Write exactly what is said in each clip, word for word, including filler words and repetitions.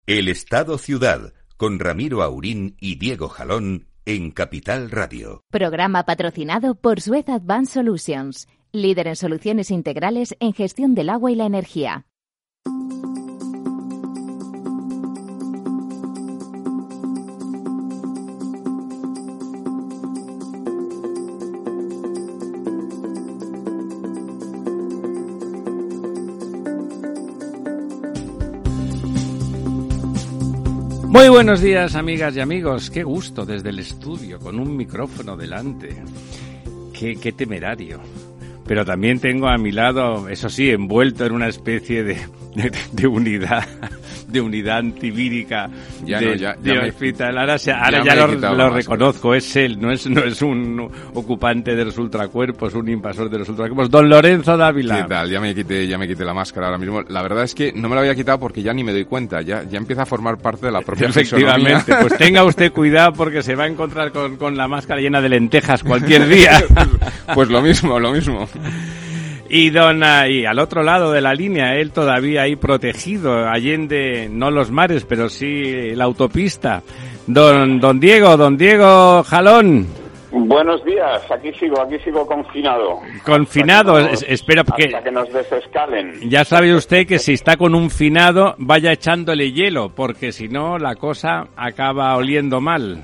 El Estado Ciudad, con Ramiro Aurín y Diego Jalón, en Capital Radio. Programa patrocinado por Suez Advanced Solutions, líder en soluciones integrales en gestión del agua y la energía. Muy buenos días, amigas y amigos. Qué gusto desde el estudio, con un micrófono delante. Qué, qué temerario. Pero también tengo a mi lado, eso sí, envuelto en una especie de, de, de unidad, de unidad antivírica ya de, no, ya, de ya hospital. Ahora, se, ahora ya, ya lo, lo, lo reconozco, es él, no es, no es un ocupante de los ultracuerpos, un invasor de los ultracuerpos. Don Lorenzo Dávila. ¿Qué tal? Ya me quité, ya me quité la máscara ahora mismo. La verdad es que no me la había quitado porque ya ni me doy cuenta, ya, ya empieza a formar parte de la propia Efectivamente, fisonomía. Pues tenga usted cuidado porque se va a encontrar con, con la máscara llena de lentejas cualquier día. Pues lo mismo, lo mismo. Y don y al otro lado de la línea, él todavía ahí protegido, allende, no los mares, pero sí la autopista. Don don Diego, don Diego Jalón. Buenos días, aquí sigo, aquí sigo confinado. Confinado, hasta que nos, espero que... Hasta que nos desescalen. Ya sabe usted que si está con un finado, vaya echándole hielo, porque si no la cosa acaba oliendo mal.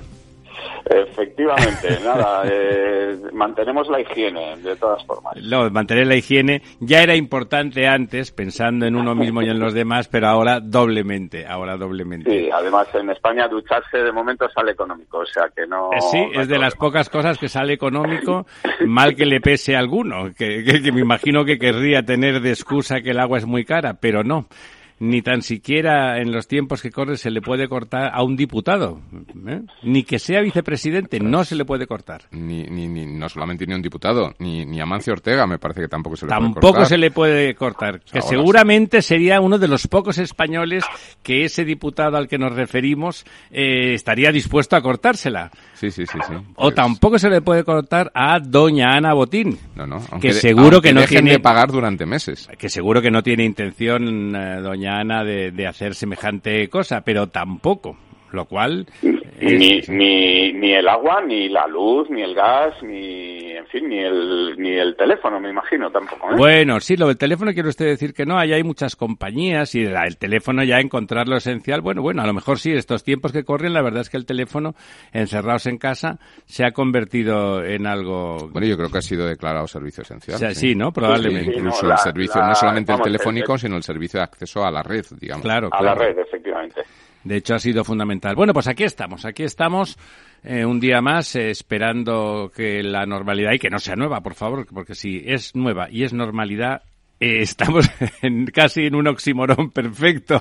Efectivamente, nada, eh, mantenemos la higiene, de todas formas. No, mantener la higiene ya era importante antes, pensando en uno mismo y en los demás, pero ahora doblemente, ahora doblemente. Sí, además en España ducharse de momento sale económico, o sea que no... Sí, no es de las pocas cosas que sale económico, mal que le pese a alguno, que, que, que me imagino que querría tener de excusa que el agua es muy cara, pero no. Ni tan siquiera en los tiempos que corren se le puede cortar a un diputado, ¿eh? Ni que sea vicepresidente, no se le puede cortar. Ni, ni, ni no solamente ni a un diputado, ni, ni a Mancio Ortega me parece que tampoco se le tampoco puede cortar. Tampoco se le puede cortar, que Ahora seguramente sería uno de los pocos españoles que ese diputado al que nos referimos eh, estaría dispuesto a cortársela. Sí, sí, sí, sí. O pues... tampoco se le puede cortar a doña Ana Botín. No, no. Aunque que de, seguro aunque que no dejen tiene de pagar durante meses. Que seguro que no tiene intención eh, doña Ana de, de hacer semejante cosa, pero tampoco, lo cual es... ni, ni ni el agua, ni la luz, ni el gas, ni en fin, ni el ni el teléfono, me imagino tampoco, ¿eh? Bueno, sí, lo del teléfono quiere usted decir que no, allá hay muchas compañías y el teléfono ya encontrar lo esencial, bueno, bueno, a lo mejor sí, estos tiempos que corren, la verdad es que el teléfono, encerrados en casa, se ha convertido en algo... Bueno, yo creo que ha sido declarado servicio esencial. O sea, sí, sí, ¿no? Probablemente. Sí, sí, Incluso no, la, el servicio, la, no solamente vamos, el telefónico, el, sino el servicio de acceso a la red, digamos. Claro, a claro. la red, efectivamente. De hecho, ha sido fundamental. Bueno, pues aquí estamos, aquí estamos eh, un día más eh, esperando que la normalidad, y que no sea nueva, por favor, porque si es nueva y es normalidad, eh, estamos en, casi en un oxímoron perfecto.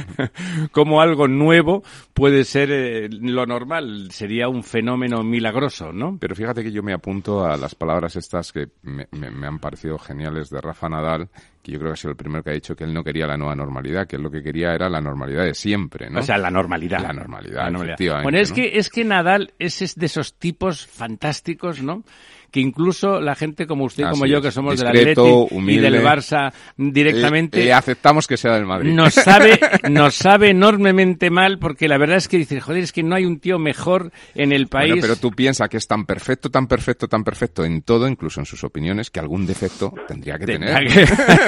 Como algo nuevo puede ser eh, lo normal, sería un fenómeno milagroso, ¿no? Pero fíjate que yo me apunto a las palabras estas que me, me, me han parecido geniales de Rafa Nadal, que yo creo que ha sido el primero que ha dicho que él no quería la nueva normalidad, que él lo que quería era la normalidad de siempre, ¿no? O sea, la normalidad. La normalidad, la normalidad. efectivamente. Bueno, es ¿no? que es que Nadal es, es de esos tipos fantásticos, ¿no? Que incluso la gente como usted y como Así yo, es. que somos Discreto, del Atleti humilde, y del Barça directamente... Eh, eh, aceptamos que sea del Madrid. Nos sabe, nos sabe enormemente mal, porque la verdad es que dices, joder, es que no hay un tío mejor en el país. Bueno, pero tú piensas que es tan perfecto, tan perfecto, tan perfecto en todo, incluso en sus opiniones, que algún defecto tendría que Tendrá tener.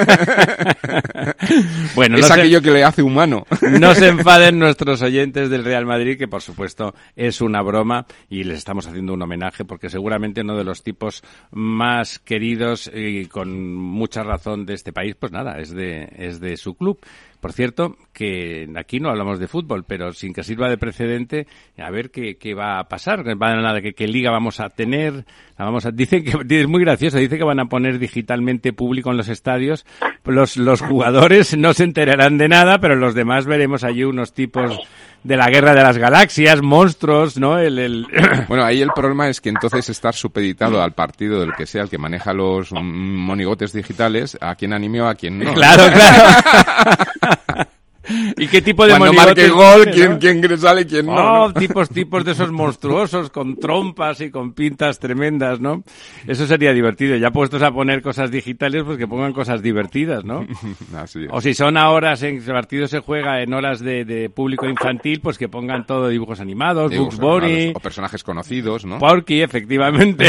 Que... bueno, es no aquello se... que le hace humano. No se enfaden nuestros oyentes del Real Madrid, que por supuesto es una broma y les estamos haciendo un homenaje, porque seguramente uno de los tipos más queridos y con mucha razón de este país, pues nada, es de es de su club. Por cierto, que aquí no hablamos de fútbol, pero sin que sirva de precedente, a ver qué, qué va a pasar, nada, qué, qué liga vamos a tener. Vamos a, dicen que es muy gracioso, dice que van a poner digitalmente público en los estadios. Los, los jugadores no se enterarán de nada, pero los demás veremos allí unos tipos de la guerra de las galaxias, monstruos, ¿no? El, el... Bueno, ahí el problema es que entonces estar supeditado al partido del que sea el que maneja los monigotes digitales, a quien anime o a quien no. Claro, claro. ¿Y qué tipo de Cuando monigotes? marque gol, ¿no? ¿quién, quién sale y quién no, Oh, ¿no? tipos, tipos de esos monstruosos con trompas y con pintas tremendas, ¿no? Eso sería divertido. Ya puestos a poner cosas digitales, pues que pongan cosas divertidas, ¿no? Así es. O si son a horas, en el partido se juega en horas de, de público infantil, pues que pongan todo dibujos animados, Dibujos Bugs Bunny, animados, o personajes conocidos, ¿no? Porky, efectivamente.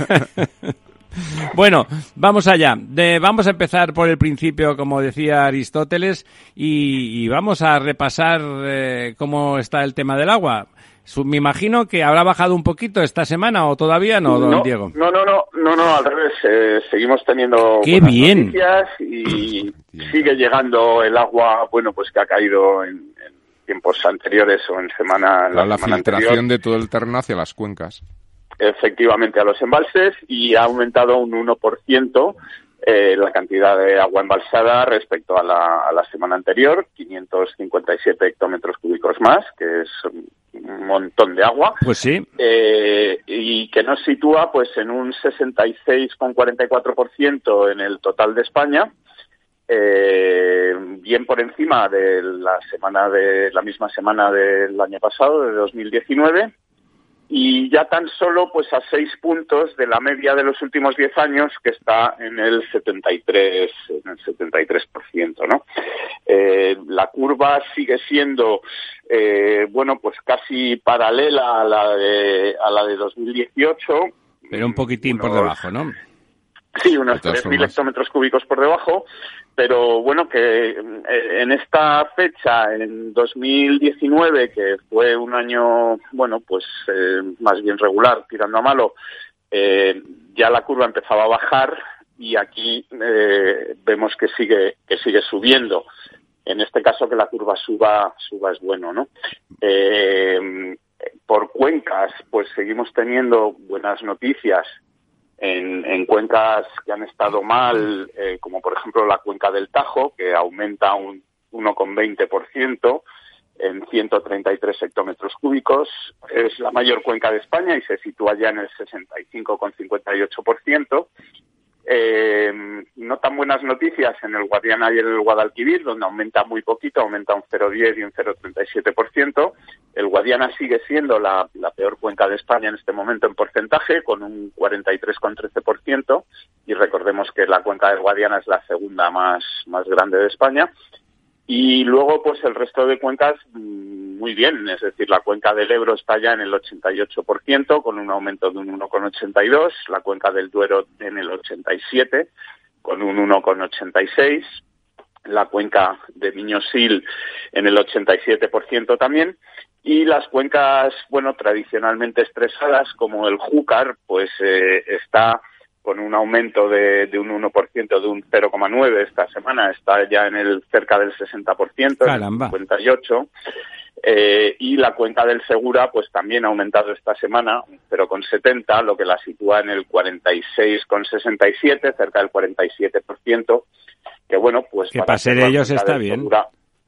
Bueno, vamos allá. De, vamos a empezar por el principio, como decía Aristóteles, y, y vamos a repasar eh, cómo está el tema del agua. Su, me imagino que habrá bajado un poquito esta semana, ¿o todavía no, don no, Diego? No, no, no, no, no, al revés. Eh, seguimos teniendo ¡Qué buenas bien! noticias y sigue llegando el agua, bueno, pues que ha caído en, en tiempos anteriores o en semana, en la, La, la semana filtración anterior. de todo el terreno hacia las cuencas. Efectivamente, a los embalses, y ha aumentado un uno por ciento eh, la cantidad de agua embalsada respecto a la, a la semana anterior, quinientos cincuenta y siete hectómetros cúbicos más, que es un montón de agua. Pues sí. Eh, y que nos sitúa pues en un sesenta y seis coma cuarenta y cuatro por ciento en el total de España, eh, bien por encima de la semana de la misma semana del año pasado, de dos mil diecinueve. Y ya tan solo pues a seis puntos de la media de los últimos diez años, que está en el setenta y tres, en el setenta y tres por ciento, ¿no? Eh, la curva sigue siendo, eh, bueno, pues casi paralela a la de, a la de dos mil dieciocho. Pero un poquitín unos, por debajo, ¿no? Sí, unos De todas tres mil formas. hectómetros cúbicos por debajo. Pero bueno, que eh, en esta fecha, en dos mil diecinueve, que fue un año, bueno, pues eh, más bien regular, tirando a malo, eh, ya la curva empezaba a bajar y aquí eh, vemos que sigue que sigue subiendo. En este caso, que la curva suba suba es bueno, ¿no? Eh, por cuencas, pues seguimos teniendo buenas noticias. En, en cuencas que han estado mal, eh, como por ejemplo la cuenca del Tajo, que aumenta un uno coma veinte por ciento en ciento treinta y tres hectómetros cúbicos. Es la mayor cuenca de España y se sitúa ya en el sesenta y cinco coma cincuenta y ocho por ciento. Eh, no tan buenas noticias en el Guadiana y en el Guadalquivir, donde aumenta muy poquito, aumenta un cero coma diez y un cero coma treinta y siete por ciento. El Guadiana sigue siendo la, la peor cuenca de España en este momento en porcentaje, con un cuarenta y tres coma trece por ciento, y recordemos que la cuenca del Guadiana es la segunda más, más grande de España. Y luego, pues el resto de cuencas, muy bien, es decir, la cuenca del Ebro está ya en el ochenta y ocho por ciento, con un aumento de un uno coma ochenta y dos, la cuenca del Duero en el ochenta y siete, con un uno coma ochenta y seis, la cuenca de Miño-Sil en el ochenta y siete por ciento también, y las cuencas, bueno, tradicionalmente estresadas, como el Júcar, pues eh, está con un aumento de, de un uno por ciento, de un cero coma nueve esta semana, está ya en el cerca del sesenta por ciento, en el cincuenta y ocho por ciento, eh, y la cuenca del Segura pues también ha aumentado esta semana, un cero coma setenta, lo que la sitúa en el cuarenta y seis coma sesenta y siete, cerca del cuarenta y siete por ciento, que bueno, pues... Que para ser ellos está bien. Segura,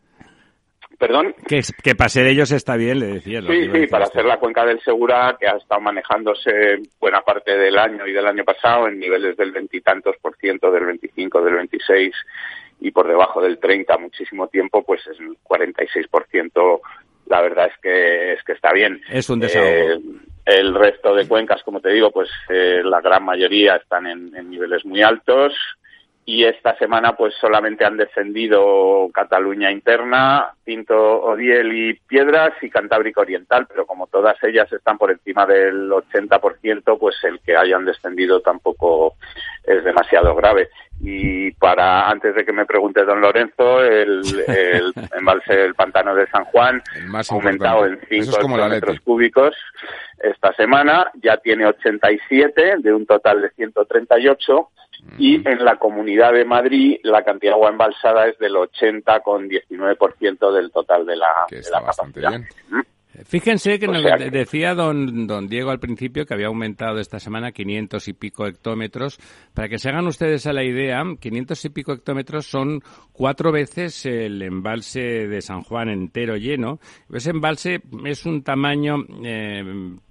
¿Perdón? Que, que para ser ellos está bien, le decía. Sí, sí, para hacer la cuenca del Segura, que ha estado manejándose buena parte del año y del año pasado en niveles del veintitantos por ciento, del veinticinco, del veintiséis y por debajo del treinta muchísimo tiempo, pues es el cuarenta y seis por ciento, la verdad es que es que está bien. Es un desahogo. Eh, el resto de cuencas, como te digo, pues eh, la gran mayoría están en, en niveles muy altos. Y esta semana pues solamente han descendido Cataluña Interna, Tinto, Odiel y Piedras y Cantábrico Oriental, pero como todas ellas están por encima del ochenta por ciento, pues el que hayan descendido tampoco es demasiado grave. Y para, antes de que me pregunte don Lorenzo, el, el embalse del Pantano de San Juan ha aumentado en cinco hectómetros cúbicos esta semana, ya tiene ochenta y siete de un total de ciento treinta y ocho. Y en la Comunidad de Madrid la cantidad de agua embalsada es del ochenta coma diecinueve por ciento del total de la, que de está la bastante capacidad. bien. Fíjense que O nos sea que- decía don, don Diego al principio que había aumentado esta semana quinientos y pico hectómetros. Para que se hagan ustedes a la idea, quinientos y pico hectómetros son cuatro veces el embalse de San Juan entero lleno. Ese embalse es un tamaño eh,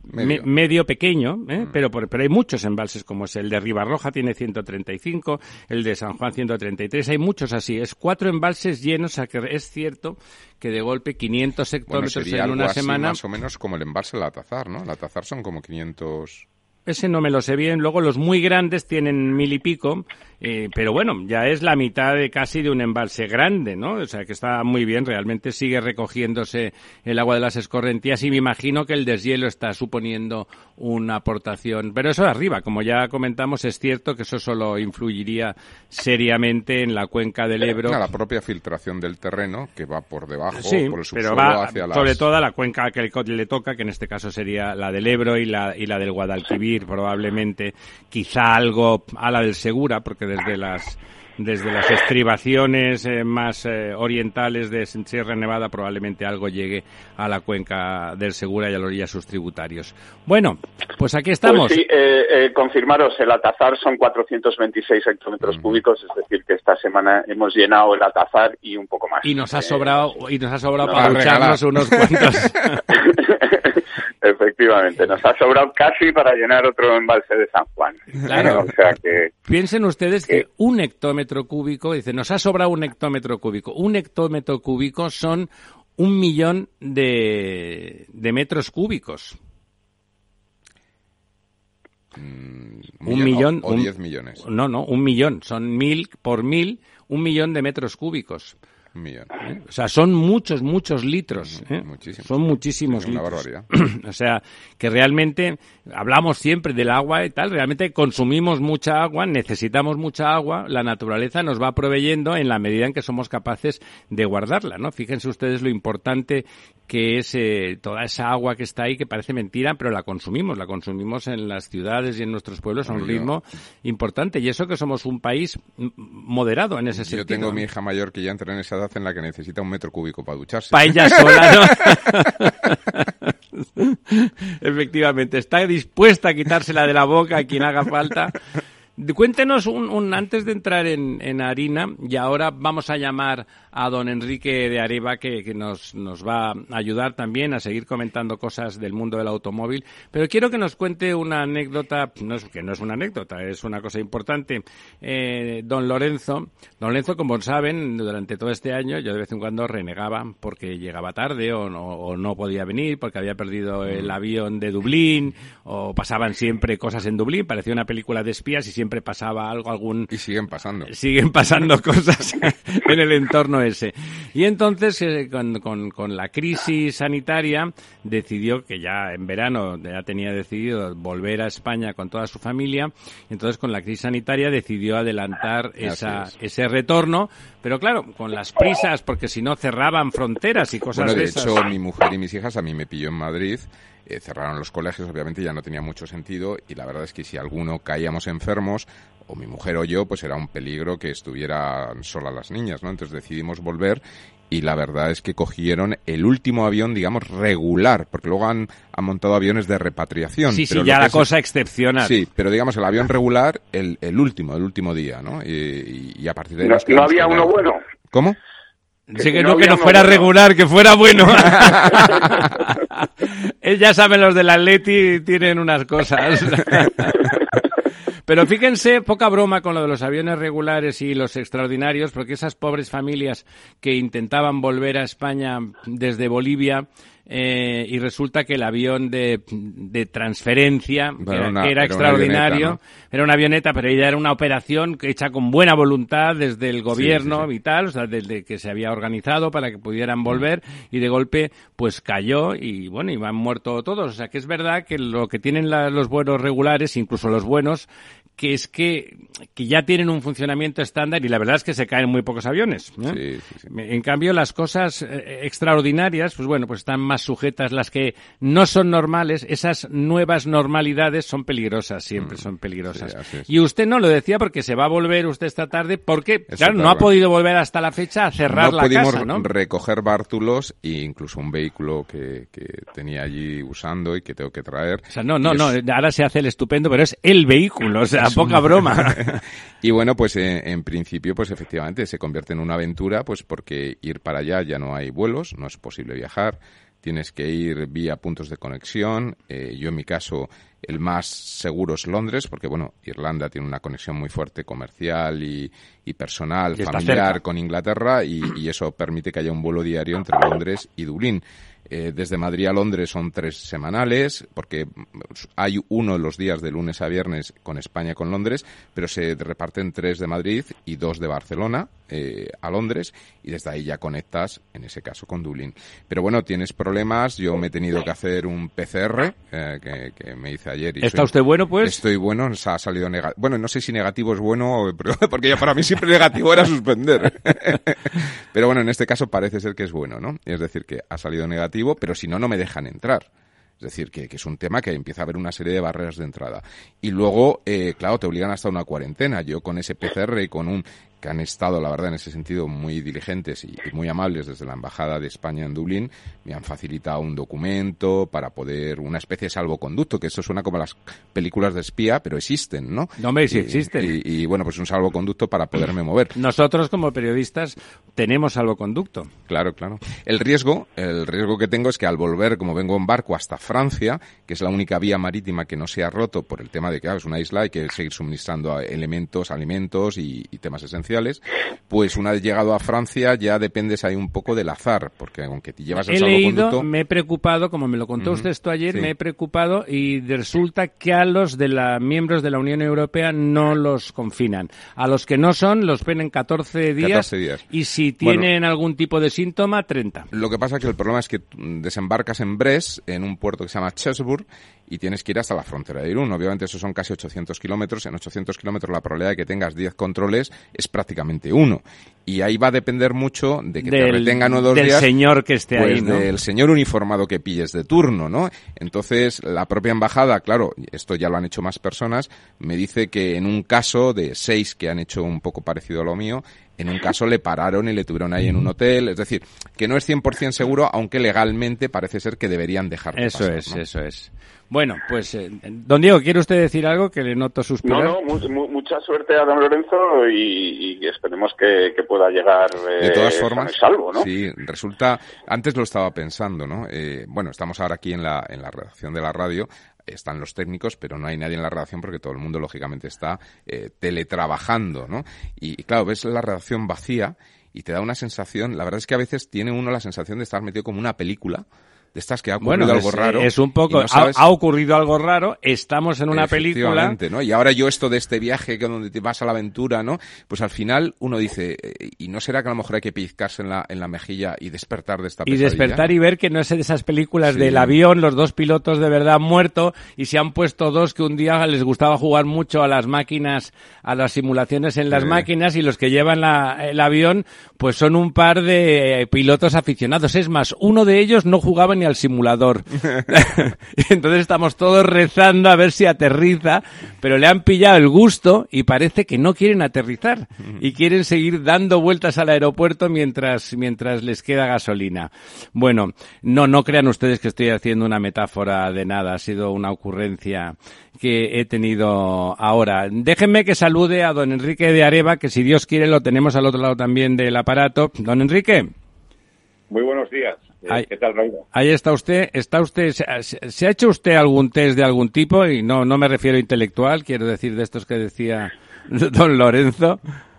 medio, me, medio pequeño, ¿eh? mm. pero, pero hay muchos embalses como es el de Ribarroja, tiene ciento treinta y cinco, el de San Juan ciento treinta y tres, hay muchos así. Es cuatro embalses llenos, a que es cierto que de golpe quinientos hectómetros bueno, en una algo así, semana. Más o menos como el embalse de Latazar, ¿no? Latazar son como quinientos... Ese no me lo sé bien. Luego los muy grandes tienen mil y pico, eh, pero bueno, ya es la mitad de casi de un embalse grande, ¿no? O sea, que está muy bien. Realmente sigue recogiéndose el agua de las escorrentías y me imagino que el deshielo está suponiendo una aportación. Pero eso de arriba, como ya comentamos, es cierto que eso solo influiría seriamente en la cuenca del Ebro. No, la propia filtración del terreno que va por debajo, sí, por el subsuelo pero va hacia las... sobre todo a la cuenca que le toca, que en este caso sería la del Ebro y la, y la del Guadalquivir. Probablemente, quizá algo a la del Segura, porque desde las desde las estribaciones eh, más eh, orientales de Sierra Nevada probablemente algo llegue a la cuenca del Segura y a los sus tributarios. Bueno, pues aquí estamos. Pues sí, eh, eh, confirmaros, el Atazar son cuatrocientos veintiséis hectómetros mm. cúbicos, es decir, que esta semana hemos llenado el Atazar y un poco más. Y nos ha sobrado, eh, y nos ha sobrado no, para ducharnos unos cuantos. Efectivamente, nos ha sobrado casi para llenar otro embalse de San Juan. Claro. O sea que, piensen ustedes que, que un hectómetro cúbico, dice, nos ha sobrado un hectómetro cúbico. Un hectómetro cúbico son un millón de, de metros cúbicos. Mm, un millón o, o un, diez millones. No, no, un millón. Son mil por mil, un millón de metros cúbicos. Un millón. ¿Eh? O sea, son muchos, muchos litros. ¿eh? Muchísimos. Son muchísimos es una litros. barbaridad. O sea, que realmente hablamos siempre del agua y tal, realmente consumimos mucha agua, necesitamos mucha agua, la naturaleza nos va proveyendo en la medida en que somos capaces de guardarla, ¿no? Fíjense ustedes lo importante que es eh, toda esa agua que está ahí, que parece mentira, pero la consumimos, la consumimos en las ciudades y en nuestros pueblos a un ritmo importante. Y eso que somos un país moderado en ese Yo sentido. Yo tengo mi hija mayor que ya entra en esa edad en la que necesita un metro cúbico para ducharse. Para ella sola, ¿no? Efectivamente, está dispuesta a quitársela de la boca a quien haga falta. Cuéntenos un, un antes de entrar en, en harina, y ahora vamos a llamar a don Enrique de Areva, que, que nos, nos va a ayudar también a seguir comentando cosas del mundo del automóvil, pero quiero que nos cuente una anécdota, no es, que no es una anécdota, es una cosa importante. Eh, don Lorenzo, don Lorenzo, como saben, durante todo este año yo de vez en cuando renegaba porque llegaba tarde o no, o no podía venir porque había perdido el avión de Dublín, o pasaban siempre cosas en Dublín, parecía una película de espías y siempre pasaba algo, algún... Y siguen pasando. Siguen pasando cosas en el entorno ese. Y entonces, eh, con, con, con la crisis sanitaria, decidió que ya en verano ya tenía decidido volver a España con toda su familia. Entonces, con la crisis sanitaria decidió adelantar esa, ese retorno. Pero claro, con las prisas, porque si no cerraban fronteras y cosas bueno, de de esas. hecho, mi mujer y mis hijas a mí me pilló en Madrid. Eh, cerraron los colegios, obviamente ya no tenía mucho sentido, y la verdad es que si alguno caíamos enfermos, o mi mujer o yo, pues era un peligro que estuvieran solas las niñas, ¿no? Entonces decidimos volver, y la verdad es que cogieron el último avión, digamos, regular, porque luego han, han montado aviones de repatriación. Sí, sí, pero ya la es, cosa excepcional. Sí, pero digamos el avión regular, el, el último, el último día, ¿no? Y, y a partir de ahí... No, no había uno bueno. ¿Cómo? Sí, que, que no, no que no fuera bueno. regular, que fuera bueno. Ya saben, los del Atleti tienen unas cosas. Pero fíjense, poca broma con lo de los aviones regulares y los extraordinarios, porque esas pobres familias que intentaban volver a España desde Bolivia, eh, y resulta que el avión de, de transferencia, que era, una, que era extraordinario, una ¿no? era una avioneta, pero ella era una operación hecha con buena voluntad desde el gobierno sí, sí, sí. y tal, o sea, desde que se había organizado para que pudieran volver, y de golpe pues cayó y bueno, y han muerto todos. O sea, que es verdad que lo que tienen la, los vuelos regulares, incluso los buenos, que es que, que ya tienen un funcionamiento estándar, y la verdad es que se caen muy pocos aviones, ¿no? Sí, sí, sí. En cambio, las cosas eh, extraordinarias, pues bueno, pues están más sujetas. Las que no son normales, esas nuevas normalidades son peligrosas, siempre mm, son peligrosas. Sí, y usted no lo decía porque se va a volver usted esta tarde, porque, esta claro, tarde. no ha podido volver hasta la fecha a cerrar no la casa, ¿no? No pudimos recoger bártulos e incluso un vehículo que, que tenía allí usando y que tengo que traer. O sea, no, no, es... no, ahora se hace el estupendo, pero es el vehículo, o sea, poca un... broma. Y bueno, pues en, en principio, pues efectivamente se convierte en una aventura, pues porque ir para allá ya no hay vuelos, no es posible viajar, tienes que ir vía puntos de conexión. Eh, yo en mi caso, el más seguro es Londres, porque bueno, Irlanda tiene una conexión muy fuerte comercial y, y personal, y familiar con Inglaterra, y, y eso permite que haya un vuelo diario entre Londres y Dublín. Eh, desde Madrid a Londres son tres semanales, porque hay uno los días de lunes a viernes con España, con Londres, pero se reparten tres de Madrid y dos de Barcelona eh, a Londres, y desde ahí ya conectas, en ese caso, con Dublín. Pero bueno, tienes problemas. Yo me he tenido que hacer un P C R, eh, que, que me hice ayer. Y ¿Está soy, usted bueno, pues? Estoy bueno, nos ha salido negativo. Bueno, no sé si negativo es bueno, porque ya para mí siempre negativo era suspender. Pero bueno, en este caso parece ser que es bueno, ¿no? Es decir, que ha salido negativo, pero si no, no me dejan entrar. Es decir, que, que es un tema que empieza a haber una serie de barreras de entrada. Y luego, eh, claro, te obligan hasta una cuarentena. Yo con ese P C R y con un... que han estado, la verdad, en ese sentido muy diligentes y, y muy amables desde la Embajada de España en Dublín, me han facilitado un documento para poder, una especie de salvoconducto, que eso suena como las películas de espía, pero existen, ¿no? No, hombre, sí y, existen. Y, y bueno, pues un salvoconducto para poderme mover. Nosotros, como periodistas, tenemos salvoconducto. Claro, claro. El riesgo, el riesgo que tengo es que al volver, como vengo en barco hasta Francia, que es la única vía marítima que no se ha roto por el tema de que claro, es una isla, hay que seguir suministrando elementos, alimentos y, y temas esenciales, pues una vez llegado a Francia ya dependes ahí un poco del azar, porque aunque te llevas el he salvoconducto... leído, me he preocupado, como me lo contó uh-huh. usted esto ayer, sí. me he preocupado y resulta que a los de la miembros de la Unión Europea no los confinan. A los que no son los ven en catorce días, catorce días. Y si tienen bueno, algún tipo de síntoma, treinta. Lo que pasa es que el problema es que desembarcas en Brest, en un puerto que se llama Cherbourg, y tienes que ir hasta la frontera de Irún. Obviamente eso son casi ochocientos kilómetros. En ochocientos kilómetros la probabilidad de que tengas diez controles es prácticamente uno. Y ahí va a depender mucho de que del, te retengan unos del días. Del señor que esté pues ahí, ¿no? Del señor uniformado que pilles de turno, ¿no? Entonces, la propia embajada, claro, esto ya lo han hecho más personas, me dice que en un caso de seis que han hecho un poco parecido a lo mío, en un caso le pararon y le tuvieron ahí en un hotel. Es decir, que no es cien por ciento seguro, aunque legalmente parece ser que deberían dejarlo Eso pasar, es, ¿no? eso es. Bueno, pues, eh, don Diego, ¿quiere usted decir algo que le noto suspirar? No, no, mu- mu- mucha suerte a don Lorenzo y, y esperemos que, que pueda llegar eh, de todas formas, salvo, ¿no? Sí, resulta, antes lo estaba pensando, ¿no? Eh, bueno, estamos ahora aquí en la, en la redacción de la radio, están los técnicos, pero no hay nadie en la redacción porque todo el mundo, lógicamente, está eh, teletrabajando, ¿no? Y, y claro, ves la redacción vacía y te da una sensación, la verdad es que a veces tiene uno la sensación de estar metido como una película, de estas que ha ocurrido bueno, algo es, raro. Es un poco, no sabes... ha, ha ocurrido algo raro, estamos en una película. ¿no? Y ahora yo esto de este viaje que donde te vas a la aventura, ¿no? Pues al final uno dice, eh, ¿y no será que a lo mejor hay que pellizcarse en la, en la mejilla y despertar de esta y pesadilla? Y despertar y ver que no es de esas películas sí. del avión, los dos pilotos de verdad han muerto y se han puesto dos que un día les gustaba jugar mucho a las máquinas, a las simulaciones en las sí. máquinas, y los que llevan la, el avión pues son un par de pilotos aficionados. Es más, uno de ellos no jugaba ni al simulador. Y entonces estamos todos rezando a ver si aterriza, pero le han pillado el gusto y parece que no quieren aterrizar y quieren seguir dando vueltas al aeropuerto mientras mientras les queda gasolina. Bueno, no no crean ustedes que estoy haciendo una metáfora de nada, ha sido una ocurrencia que he tenido ahora. Déjenme que salude a don Enrique de Areva, que si Dios quiere lo tenemos al otro lado también del aparato. Don Enrique. Muy buenos días. Ahí, ¿Qué tal, Raúl? Ahí está usted. Está usted. Se, ¿Se ha hecho usted algún test de algún tipo? Y no, no me refiero a intelectual, quiero decir de estos que decía don Lorenzo.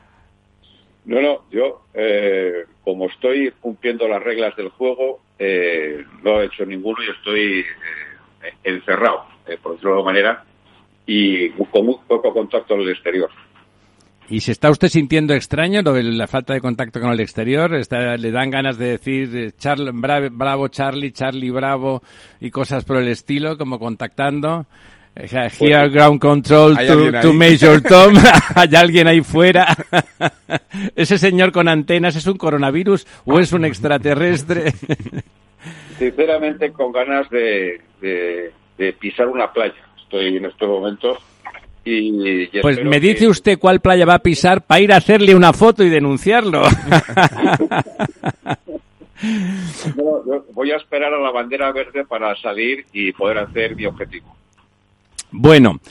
No, no. Yo, eh, como estoy cumpliendo las reglas del juego, eh, no he hecho ninguno y estoy eh, encerrado, eh, por decirlo de alguna manera, y con muy poco contacto con el exterior. ¿Y se está usted sintiendo extraño lo de la falta de contacto con el exterior? ¿Está, ¿Le dan ganas de decir Char, bravo, bravo Charlie, Charlie bravo y cosas por el estilo, como contactando? Here pues, ground control to, to Major Tom. ¿Hay alguien ahí fuera? ¿Ese señor con antenas es un coronavirus o es un extraterrestre? Sinceramente, con ganas de, de, de pisar una playa. Estoy en estos momentos. Y, y pues me dice que... usted cuál playa va a pisar para ir a hacerle una foto y denunciarlo. No, yo voy a esperar a la bandera verde para salir y poder hacer mi objetivo. Bueno,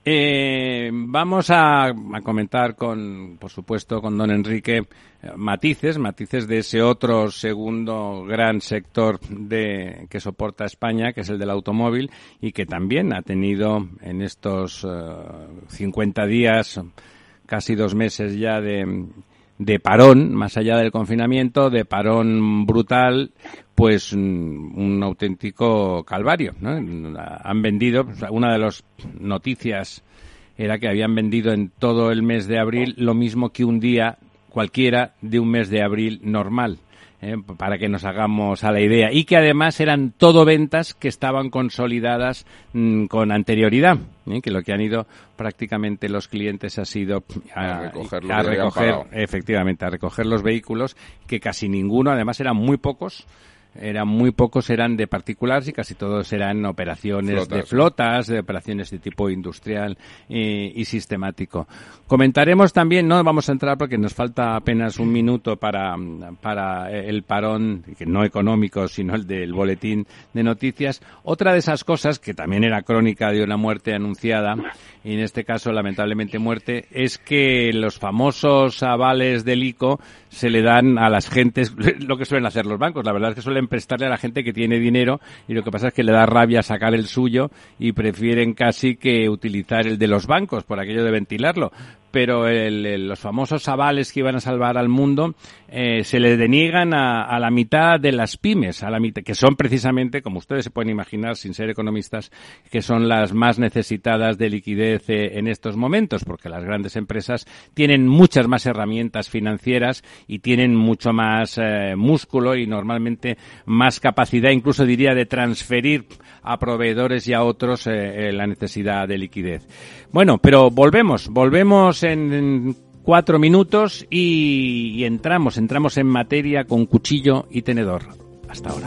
Eh, vamos a, a comentar con, por supuesto, con don Enrique eh, matices, matices de ese otro segundo gran sector de que soporta España, que es el del automóvil, y que también ha tenido en estos uh, cincuenta días, casi dos meses ya de, de parón, más allá del confinamiento, de parón brutal, pues un, un auténtico calvario, ¿no? Han vendido, una de las noticias era que habían vendido en todo el mes de abril lo mismo que un día cualquiera de un mes de abril normal, ¿eh? Para que nos hagamos a la idea, y que además eran todo ventas que estaban consolidadas mmm, con anterioridad, ¿eh? Que lo que han ido prácticamente los clientes ha sido a, a recoger, a recoger efectivamente, a recoger los vehículos, que casi ninguno, además eran muy pocos, eran muy pocos, eran de particulares y casi todos eran operaciones flotas, de flotas, de operaciones de tipo industrial y, y sistemático. Comentaremos también, no vamos a entrar porque nos falta apenas un minuto para, para el parón, que no económico, sino el del boletín de noticias. Otra de esas cosas, que también era crónica de una muerte anunciada, y en este caso lamentablemente muerte, es que los famosos avales del I C O se le dan a las gentes, lo que suelen hacer los bancos. La verdad es que suelen prestarle a la gente que tiene dinero, y lo que pasa es que le da rabia sacar el suyo y prefieren casi que utilizar el de los bancos por aquello de ventilarlo. Pero el, el, los famosos avales que iban a salvar al mundo eh, se le deniegan a, a la mitad de las pymes, a la mitad, que son precisamente, como ustedes se pueden imaginar sin ser economistas, que son las más necesitadas de liquidez eh, en estos momentos, porque las grandes empresas tienen muchas más herramientas financieras y tienen mucho más eh, músculo y normalmente más capacidad, incluso diría, de transferir a proveedores y a otros eh, eh, la necesidad de liquidez. Bueno, pero volvemos, volvemos en, en cuatro minutos y, y entramos, entramos en materia con cuchillo y tenedor. Hasta ahora.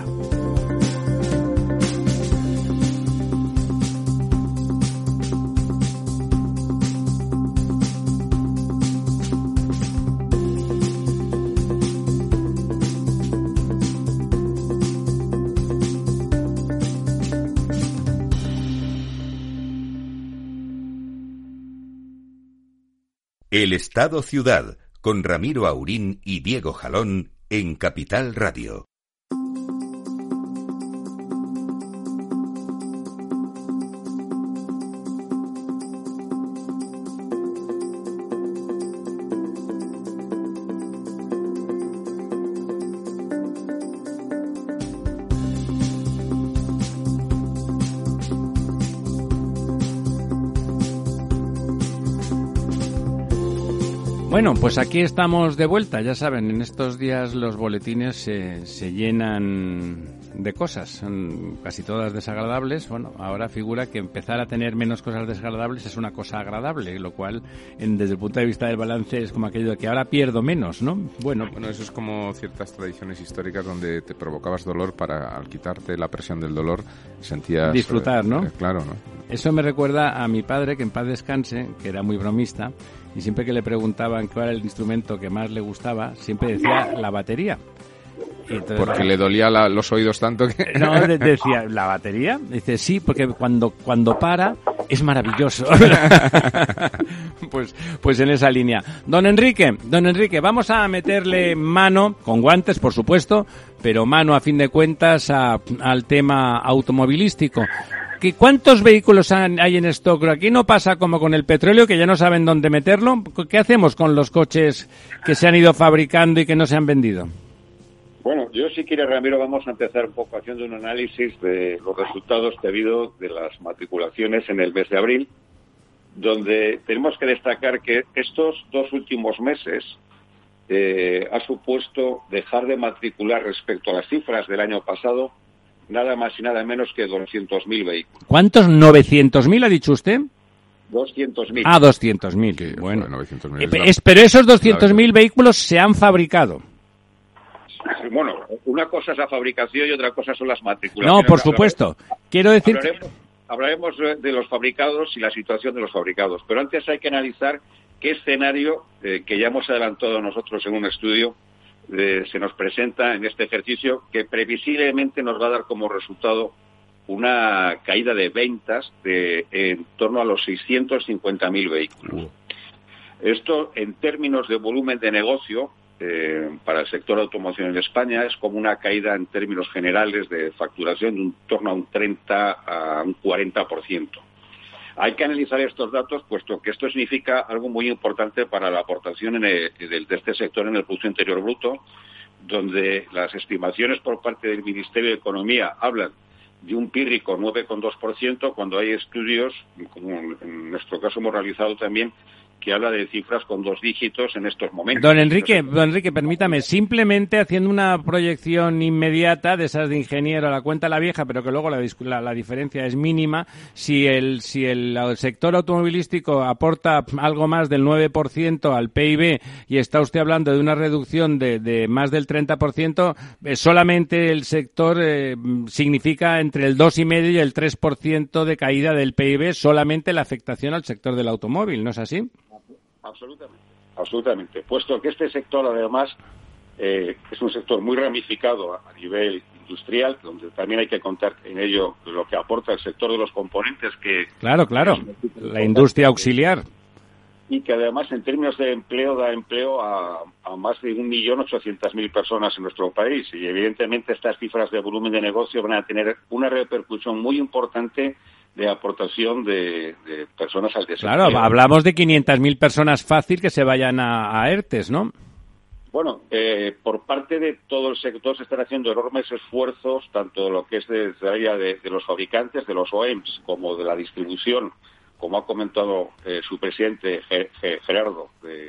El Estado Ciudad, con Ramiro Aurín y Diego Jalón en Capital Radio. Bueno, pues aquí estamos de vuelta. Ya saben, en estos días los boletines se, se llenan de cosas, son casi todas desagradables. Bueno, ahora figura que empezar a tener menos cosas desagradables es una cosa agradable, lo cual, en, desde el punto de vista del balance, es como aquello de que ahora pierdo menos, ¿no? Bueno, bueno, eso es como ciertas tradiciones históricas donde te provocabas dolor para, al quitarte la presión del dolor, sentías... disfrutar, ¿no? Eh, claro, ¿no? Eso me recuerda a mi padre, que en paz descanse, que era muy bromista, y siempre que le preguntaban cuál era el instrumento que más le gustaba, siempre decía la batería. Entonces, porque le dolía la, los oídos tanto que... No, de, decía, ¿la batería? Dice, sí, porque cuando cuando para es maravilloso. pues pues en esa línea. Don Enrique, don Enrique, vamos a meterle mano, con guantes, por supuesto, pero mano a fin de cuentas a, al tema automovilístico. ¿Qué, ¿Cuántos vehículos hay en stock? Aquí no pasa como con el petróleo, que ya no saben dónde meterlo. ¿Qué hacemos con los coches que se han ido fabricando y que no se han vendido? Bueno, yo si quiere, Ramiro, vamos a empezar un poco haciendo un análisis de los resultados que ha habido de las matriculaciones en el mes de abril, donde tenemos que destacar que estos dos últimos meses eh, ha supuesto dejar de matricular respecto a las cifras del año pasado nada más y nada menos que doscientos mil vehículos. ¿Cuántos? ¿novecientos mil ha dicho usted? doscientos mil. Ah, doscientos mil. Bueno, bueno novecientos mil eh, es, pero esos doscientos mil vehículos se han fabricado. Bueno, una cosa es la fabricación y otra cosa son las matriculaciones. No, por supuesto. Quiero decir... Hablaremos, hablaremos de los fabricados y la situación de los fabricados, pero antes hay que analizar qué escenario, eh, que ya hemos adelantado nosotros en un estudio, eh, se nos presenta en este ejercicio, que previsiblemente nos va a dar como resultado una caída de ventas de en torno a los seiscientos cincuenta mil vehículos. Esto, en términos de volumen de negocio, eh, para el sector de automoción en España, es como una caída en términos generales de facturación de un torno a un treinta a un cuarenta por ciento. Hay que analizar estos datos, puesto que esto significa algo muy importante para la aportación en el, de este sector en el Producto Interior Bruto, donde las estimaciones por parte del Ministerio de Economía hablan de un pírrico nueve coma dos por ciento, cuando hay estudios, como en nuestro caso hemos realizado también, que habla de cifras con dos dígitos en estos momentos. Don Enrique, don Enrique, permítame, simplemente haciendo una proyección inmediata de esas de ingeniero a la cuenta la vieja, pero que luego la, la, la diferencia es mínima, si el si el, el sector automovilístico aporta algo más del nueve por ciento al P I B y está usted hablando de una reducción de, de más del treinta por ciento, eh, solamente el sector eh, significa entre el dos coma cinco por ciento y el tres por ciento de caída del P I B, solamente la afectación al sector del automóvil, ¿no es así? Absolutamente, absolutamente. Puesto que este sector, además, eh, es un sector muy ramificado a, a nivel industrial, donde también hay que contar en ello lo que aporta el sector de los componentes que... Claro, claro, la industria auxiliar. Y que además, en términos de empleo, da empleo a, a más de un millón ochocientas mil personas en nuestro país. Y evidentemente estas cifras de volumen de negocio van a tener una repercusión muy importante de aportación de, de personas al desempleo. Claro, hablamos de quinientas mil personas fácil que se vayan a, a ERTES, ¿no? Bueno, eh, por parte de todo el sector se están haciendo enormes esfuerzos, tanto lo que es desde el área de, de los fabricantes, de los O E M S, como de la distribución, como ha comentado eh, su presidente Gerardo, de,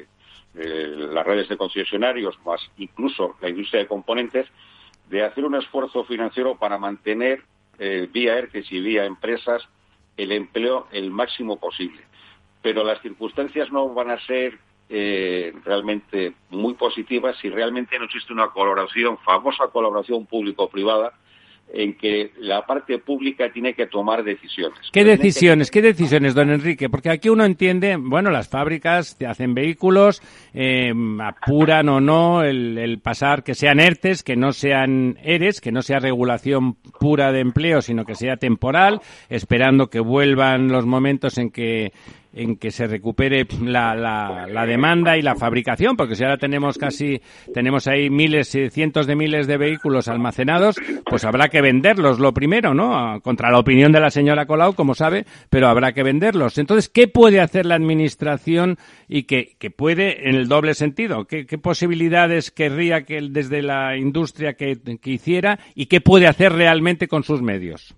de las redes de concesionarios, más incluso la industria de componentes, de hacer un esfuerzo financiero para mantener eh, vía ERTES y vía empresas el empleo el máximo posible. Pero las circunstancias no van a ser eh, realmente muy positivas si realmente no existe una colaboración, famosa colaboración público-privada, en que la parte pública tiene que tomar decisiones. ¿Qué decisiones? ¿Qué decisiones, don Enrique? Porque aquí uno entiende, bueno, las fábricas hacen vehículos, eh, apuran o no el, el pasar, que sean ERTES, que no sean ERES, que no sea regulación pura de empleo, sino que sea temporal, esperando que vuelvan los momentos en que en que se recupere la, la, la demanda y la fabricación, porque si ahora tenemos casi, tenemos ahí miles, cientos de miles de vehículos almacenados, pues habrá que venderlos, lo primero, ¿no? Contra la opinión de la señora Colau, como sabe, pero habrá que venderlos. Entonces, ¿qué puede hacer la administración y que, que puede en el doble sentido? ¿Qué, qué posibilidades querría que desde la industria que, que hiciera y qué puede hacer realmente con sus medios?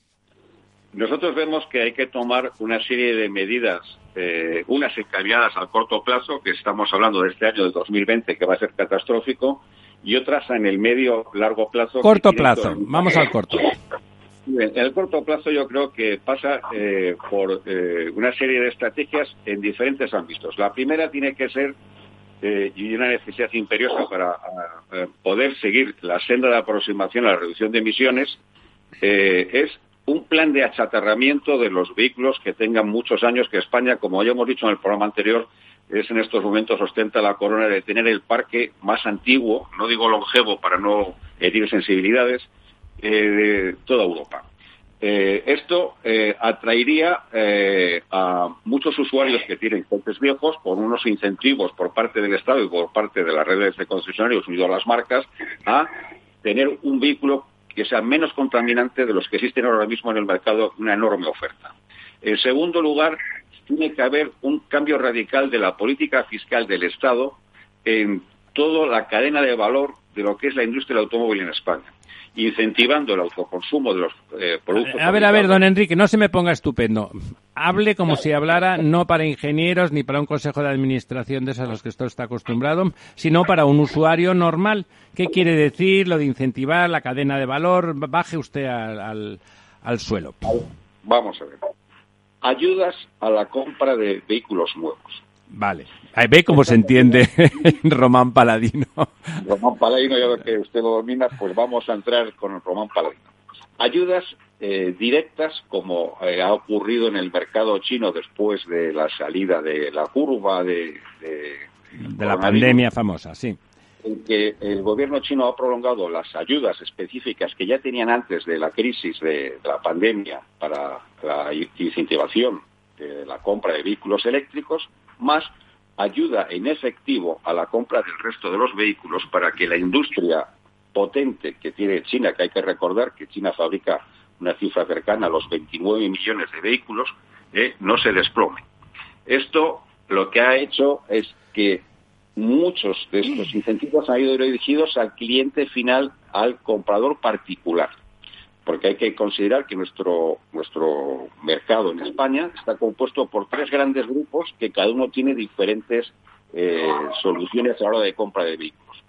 Nosotros vemos que hay que tomar una serie de medidas, eh, unas encaminadas al corto plazo, que estamos hablando de este año de dos mil veinte, que va a ser catastrófico, y otras en el medio largo plazo. Corto plazo, vamos al corto. En el corto plazo yo creo que pasa eh, por eh, una serie de estrategias en diferentes ámbitos. La primera tiene que ser, eh, y una necesidad imperiosa para a, a poder seguir la senda de aproximación a la reducción de emisiones, eh, es un plan de achatarramiento de los vehículos que tengan muchos años, que España, como ya hemos dicho en el programa anterior, es en estos momentos ostenta la corona de tener el parque más antiguo, no digo longevo para no herir sensibilidades, eh, de toda Europa. Eh, esto eh, atraería eh, a muchos usuarios que tienen coches viejos por unos incentivos por parte del Estado y por parte de las redes de concesionarios unidos a las marcas a tener un vehículo que sea menos contaminante de los que existen ahora mismo en el mercado, una enorme oferta. En segundo lugar, tiene que haber un cambio radical de la política fiscal del Estado en toda la cadena de valor de lo que es la industria del automóvil en España, incentivando el autoconsumo de los eh, productos. A ver, a ver, don Enrique, no se me ponga estupendo. Hable como si hablara no para ingenieros ni para un consejo de administración de esos a los que usted está acostumbrado, sino para un usuario normal. ¿Qué quiere decir lo de incentivar la cadena de valor? Baje usted al, al, al suelo. Vamos a ver. Ayudas a la compra de vehículos nuevos. Vale. Ahí ve cómo se entiende Román Paladino. Román Paladino, ya lo que usted lo domina, pues vamos a entrar con el Román Paladino. Ayudas eh, directas, como eh, ha ocurrido en el mercado chino después de la salida de la curva de... De, de la pandemia famosa, sí. en que el gobierno chino ha prolongado las ayudas específicas que ya tenían antes de la crisis de, de la pandemia para la incentivación de la compra de vehículos eléctricos, más ayuda en efectivo a la compra del resto de los vehículos para que la industria potente que tiene China, que hay que recordar que China fabrica una cifra cercana a los veintinueve millones de vehículos, eh, no se desplome. Esto lo que ha hecho es que muchos de estos incentivos han ido dirigidos al cliente final, al comprador particular, porque hay que considerar que nuestro nuestro mercado en España está compuesto por tres grandes grupos que cada uno tiene diferentes eh, soluciones a la hora de compra de vehículos.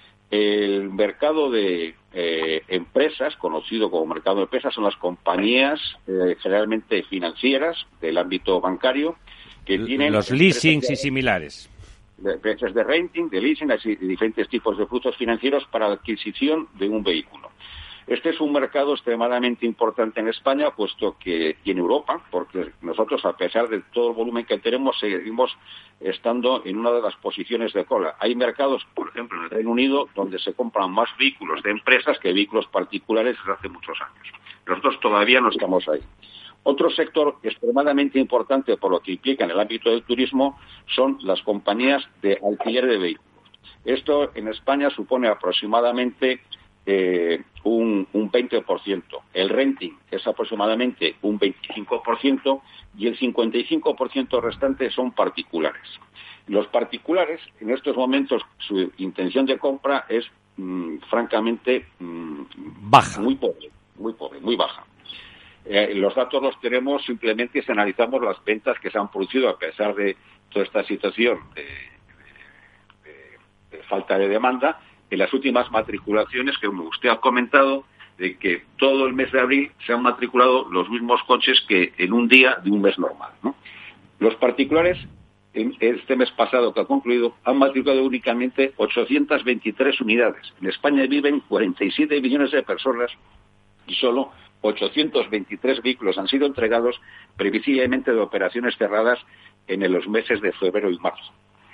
El mercado de eh, empresas, conocido como mercado de empresas, son las compañías eh, generalmente financieras del ámbito bancario que tienen los leasings y similares. De empresas de renting, de leasing, así, de diferentes tipos de productos financieros para la adquisición de un vehículo. Este es un mercado extremadamente importante en España, puesto que y en Europa, porque nosotros, a pesar de todo el volumen que tenemos, seguimos estando en una de las posiciones de cola. Hay mercados, por ejemplo, en el Reino Unido, donde se compran más vehículos de empresas que vehículos particulares desde hace muchos años. Nosotros todavía no estamos ahí. Otro sector extremadamente importante por lo que implica en el ámbito del turismo son las compañías de alquiler de vehículos. Esto en España supone aproximadamente eh, un, un veinte por ciento. El renting es aproximadamente un veinticinco por ciento y el cincuenta y cinco por ciento restante son particulares. Los particulares, en estos momentos, su intención de compra es mmm, francamente mmm, baja, muy pobre, muy pobre, muy baja. Eh, los datos los tenemos simplemente si analizamos las ventas que se han producido a pesar de toda esta situación de, de, de, de falta de demanda en las últimas matriculaciones que usted ha comentado, de que todo el mes de abril se han matriculado los mismos coches que en un día de un mes normal, ¿no? Los particulares, en este mes pasado que ha concluido, han matriculado únicamente ochocientas veintitrés unidades. En España viven cuarenta y siete millones de personas y solo ochocientos veintitrés vehículos han sido entregados previsiblemente de operaciones cerradas en los meses de febrero y marzo.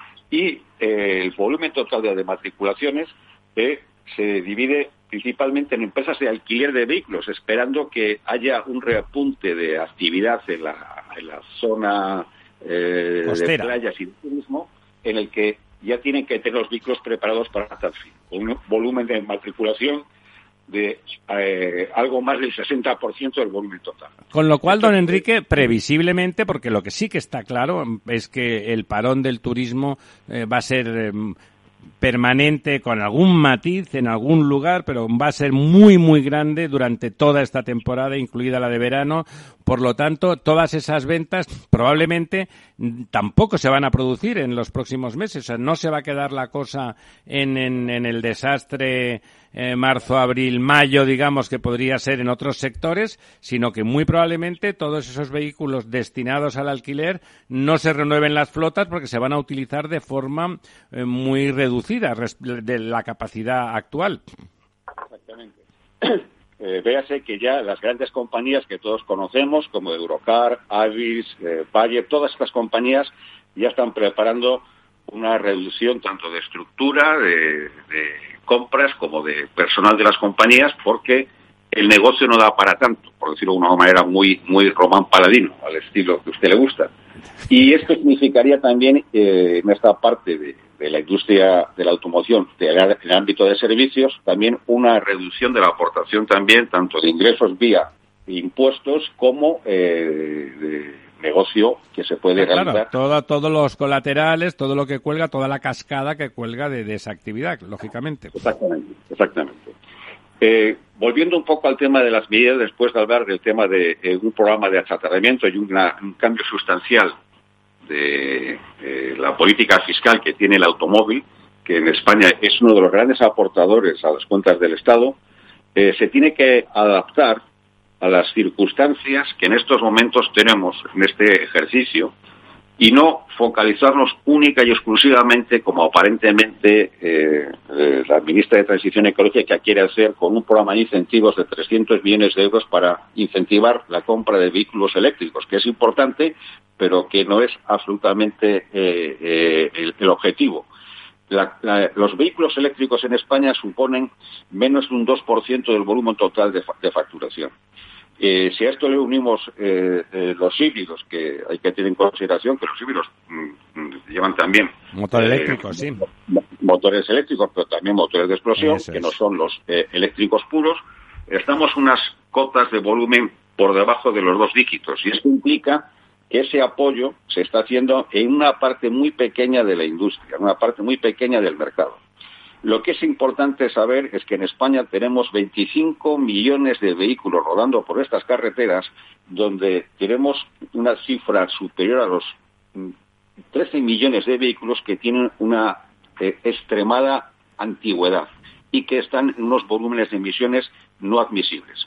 Y eh, el volumen total de matriculaciones eh, se divide principalmente en empresas de alquiler de vehículos, esperando que haya un repunte de actividad en la, en la zona eh, de playas y de turismo, en el que ya tienen que tener los vehículos preparados para tal fin. Un volumen de matriculación de eh, algo más del sesenta por ciento del volumen total. Con lo cual, don Enrique, previsiblemente, porque lo que sí que está claro es que el parón del turismo eh, va a ser eh, permanente, con algún matiz en algún lugar, pero va a ser muy, muy grande durante toda esta temporada, incluida la de verano. Por lo tanto, todas esas ventas probablemente tampoco se van a producir en los próximos meses. O sea, no se va a quedar la cosa en, en, en el desastre eh, marzo, abril, mayo, digamos, que podría ser en otros sectores, sino que muy probablemente todos esos vehículos destinados al alquiler no se renueven las flotas porque se van a utilizar de forma eh, muy reducida de la capacidad actual. Exactamente. Eh, véase que ya las grandes compañías que todos conocemos, como Eurocar, Avis, eh, Bayer, todas estas compañías ya están preparando una reducción tanto de estructura, de, de compras, como de personal de las compañías, porque el negocio no da para tanto, por decirlo de una manera muy, muy Román Paladino, al estilo que a usted le gusta. Y esto significaría también, eh, en esta parte de, de la industria de la automoción, de, en el ámbito de servicios, también una reducción de la aportación también, tanto de ingresos vía impuestos como eh, de negocio que se puede claro, realizar. Claro, todos los colaterales, todo lo que cuelga, toda la cascada que cuelga de, de esa actividad, lógicamente. Exactamente, exactamente. Eh, volviendo un poco al tema de las medidas, después de hablar del tema de eh, un programa de achatarramiento y una, un cambio sustancial de eh, la política fiscal que tiene el automóvil, que en España es uno de los grandes aportadores a las cuentas del Estado, eh, se tiene que adaptar a las circunstancias que en estos momentos tenemos en este ejercicio y no focalizarnos única y exclusivamente, como aparentemente eh, eh, la ministra de Transición Ecológica quiere hacer, con un programa de incentivos de trescientos millones de euros para incentivar la compra de vehículos eléctricos, que es importante, pero que no es absolutamente eh, eh, el, el objetivo. la, la, los vehículos eléctricos en España suponen menos de un dos por ciento del volumen total de, de facturación. Eh, si a esto le unimos eh, eh, los híbridos, que hay que tener en consideración que los híbridos mm, llevan también motor eh, eléctrico, sí. motores eléctricos, pero también motores de explosión, Eso que es. no son los eh, eléctricos puros, estamos unas cotas de volumen por debajo de los dos dígitos, y esto implica que ese apoyo se está haciendo en una parte muy pequeña de la industria, en una parte muy pequeña del mercado. Lo que es importante saber es que en España tenemos veinticinco millones de vehículos rodando por estas carreteras, donde tenemos una cifra superior a los trece millones de vehículos que tienen una eh, extremada antigüedad y que están en unos volúmenes de emisiones no admisibles.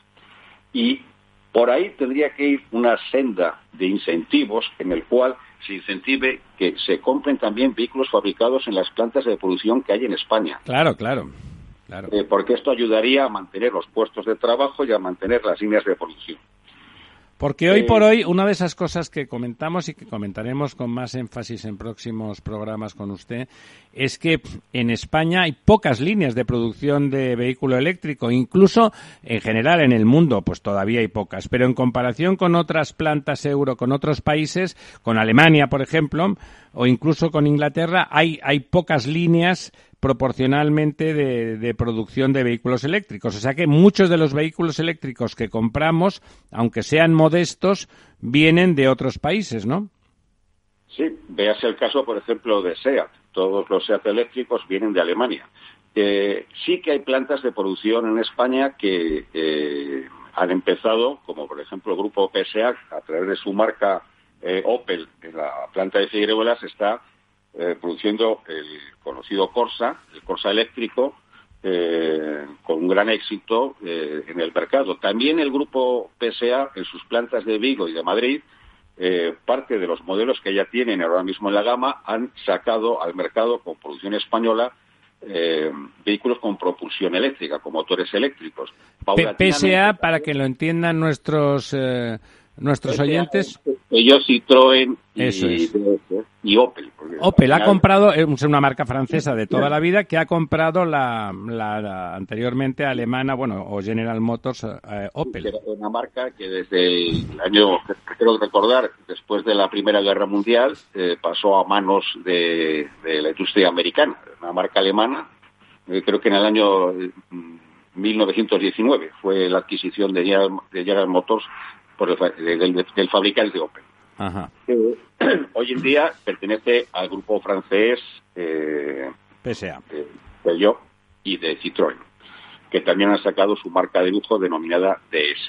Y por ahí tendría que ir una senda de incentivos en el cual se incentive que se compren también vehículos fabricados en las plantas de producción que hay en España. Claro, claro. claro. Eh, porque esto ayudaría a mantener los puestos de trabajo y a mantener las líneas de producción. Porque hoy Eh, por hoy, una de esas cosas que comentamos y que comentaremos con más énfasis en próximos programas con usted, es que en España hay pocas líneas de producción de vehículo eléctrico. Incluso, en general, en el mundo, pues todavía hay pocas. Pero en comparación con otras plantas euro, con otros países, con Alemania, por ejemplo, o incluso con Inglaterra, hay, hay pocas líneas proporcionalmente de, de producción de vehículos eléctricos. O sea que muchos de los vehículos eléctricos que compramos, aunque sean modestos, vienen de otros países, ¿no? Sí, véase el caso, por ejemplo, de SEAT. Todos los SEAT eléctricos vienen de Alemania. Eh, sí que hay plantas de producción en España que eh, han empezado, como por ejemplo el grupo P S A, a través de su marca eh, Opel, en la planta de Figueruelas está Eh, produciendo el conocido Corsa, el Corsa eléctrico, eh, con un gran éxito eh, en el mercado. También el grupo P S A, en sus plantas de Vigo y de Madrid, eh, parte de los modelos que ya tienen ahora mismo en la gama han sacado al mercado con producción española eh, vehículos con propulsión eléctrica, con motores eléctricos. P S A, para que lo entiendan nuestros eh, nuestros oyentes. Ellos Citroën y, Eso es. y Opel. Opel ha comprado, es una marca francesa de toda la vida, que ha comprado la, la, la anteriormente alemana, bueno, o General Motors, eh, Opel. Era una marca que desde el año, creo recordar, después de la Primera Guerra Mundial, eh, pasó a manos de, de la industria americana, una marca alemana. Eh, creo que en el año mil novecientos diecinueve fue la adquisición de General, de General Motors por el, del, del fabricante Opel. Ajá. Eh, hoy en día pertenece al grupo francés eh, P S A. de Peugeot y de Citroën, que también han sacado su marca de lujo denominada D S.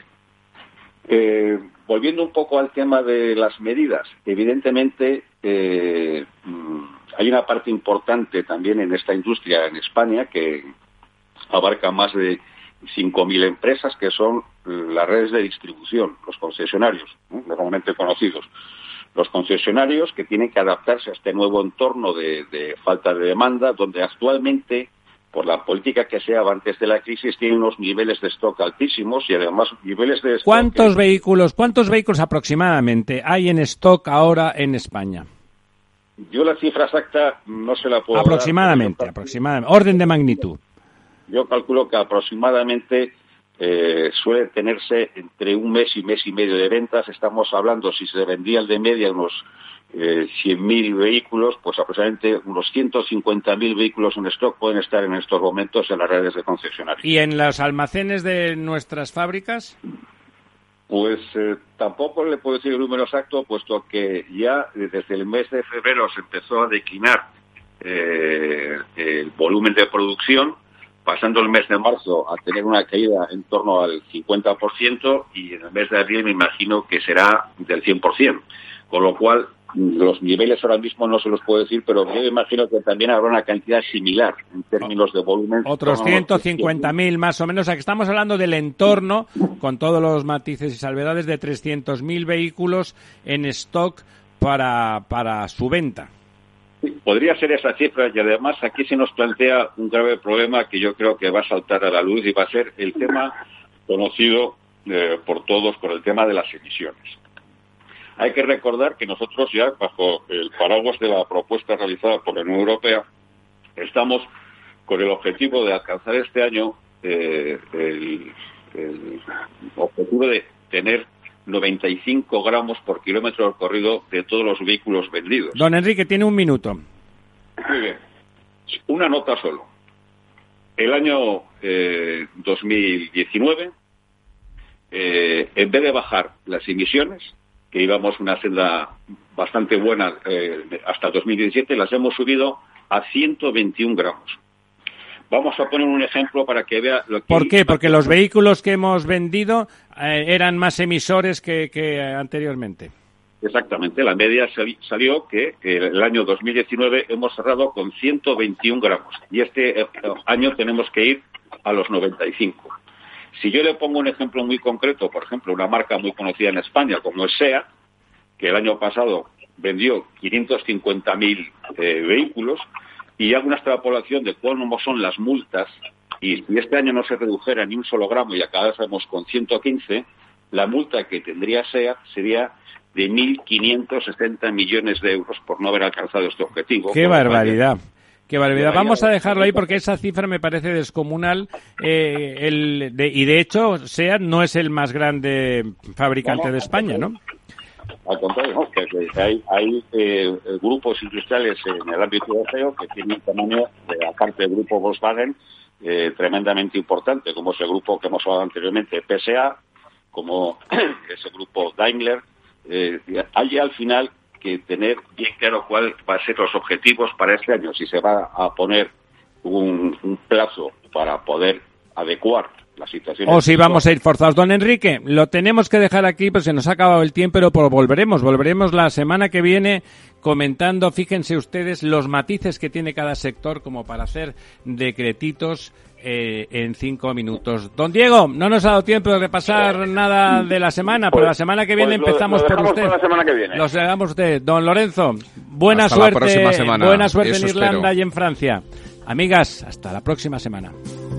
Eh, volviendo un poco al tema de las medidas, evidentemente eh, hay una parte importante también en esta industria en España que abarca más de cinco mil empresas, que son las redes de distribución, los concesionarios, ¿no?, normalmente conocidos. Los concesionarios que tienen que adaptarse a este nuevo entorno de, de falta de demanda, donde actualmente, por la política que se lleva antes de la crisis, tienen unos niveles de stock altísimos y además niveles de stock... ¿Cuántos que... vehículos, cuántos vehículos aproximadamente hay en stock ahora en España? Yo la cifra exacta no se la puedo Aproximadamente, dar, aproximadamente. Orden de magnitud. Yo calculo que aproximadamente eh, suele tenerse entre un mes y mes y medio de ventas. Estamos hablando, si se vendían de media unos eh, cien mil vehículos, pues aproximadamente unos ciento cincuenta mil vehículos en stock pueden estar en estos momentos en las redes de concesionarios. ¿Y en los almacenes de nuestras fábricas? Pues eh, tampoco le puedo decir el número exacto, puesto que ya desde el mes de febrero se empezó a declinar eh, el volumen de producción, pasando el mes de marzo a tener una caída en torno al cincuenta por ciento y en el mes de abril me imagino que será del cien por ciento. Con lo cual, los niveles ahora mismo no se los puedo decir, pero yo imagino que también habrá una cantidad similar en términos de volumen. Otros ciento cincuenta mil más o menos. O sea, que estamos hablando del entorno, con todos los matices y salvedades, de trescientos mil vehículos en stock para, para su venta. Podría ser esa cifra y además aquí se nos plantea un grave problema que yo creo que va a saltar a la luz y va a ser el tema conocido eh, por todos por el tema de las emisiones. Hay que recordar que nosotros ya, bajo el paraguas de la propuesta realizada por la Unión Europea, estamos con el objetivo de alcanzar este año eh, el, el objetivo de tener noventa y cinco gramos por kilómetro recorrido de todos los vehículos vendidos. Don Enrique, tiene un minuto. Muy bien. Una nota solo. El año eh, dos mil diecinueve, eh, en vez de bajar las emisiones, que íbamos una senda bastante buena eh, hasta dos mil diecisiete, las hemos subido a ciento veintiún gramos. Vamos a poner un ejemplo para que vea lo que... ¿Por qué? Porque los vehículos que hemos vendido eh, eran más emisores que, que anteriormente. Exactamente. La media salió que el año dos mil diecinueve hemos cerrado con ciento veintiún gramos y este año tenemos que ir a los noventa y cinco. Si yo le pongo un ejemplo muy concreto, por ejemplo, una marca muy conocida en España como es SEAT, que el año pasado vendió quinientos cincuenta mil eh, vehículos, y hago una extrapolación de cómo son las multas, y si este año no se redujera ni un solo gramo y acabásemos con ciento quince, la multa que tendría SEAT sería de mil quinientos sesenta millones de euros por no haber alcanzado este objetivo. ¡Qué barbaridad! ¡Qué barbaridad! Vamos a dejarlo ahí porque esa cifra me parece descomunal. Eh, el de, y de hecho, SEAT no es el más grande fabricante no, no, de España, ¿no? Al contrario, ¿no? Que, que hay, hay eh, grupos industriales en el ámbito europeo que tienen un tamaño, de, aparte del grupo Volkswagen, eh, tremendamente importante, como es el grupo que hemos hablado anteriormente, P S A, como ese grupo Daimler. Eh, hay al final que tener bien claro cuál va a ser los objetivos para este año, si se va a poner un, un plazo para poder adecuar la situación. O si vamos a ir forzados. Don Enrique, lo tenemos que dejar aquí, pues se nos ha acabado el tiempo, pero volveremos, volveremos la semana que viene comentando, fíjense ustedes, los matices que tiene cada sector como para hacer decretitos eh, en cinco minutos. Don Diego, no nos ha dado tiempo de repasar nada de la semana, pues, pero la semana que viene pues empezamos lo, lo por usted. Por la semana que viene. Los dejamos usted. Don Lorenzo, buena hasta suerte, la próxima semana. buena suerte Eso en Irlanda espero. y en Francia. Amigas, hasta la próxima semana.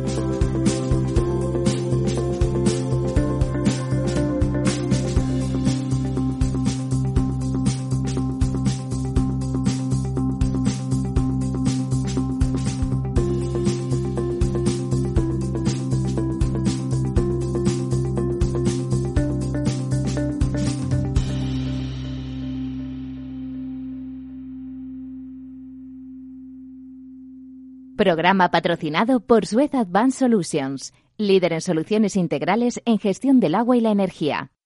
Programa patrocinado por Suez Advanced Solutions, líder en soluciones integrales en gestión del agua y la energía.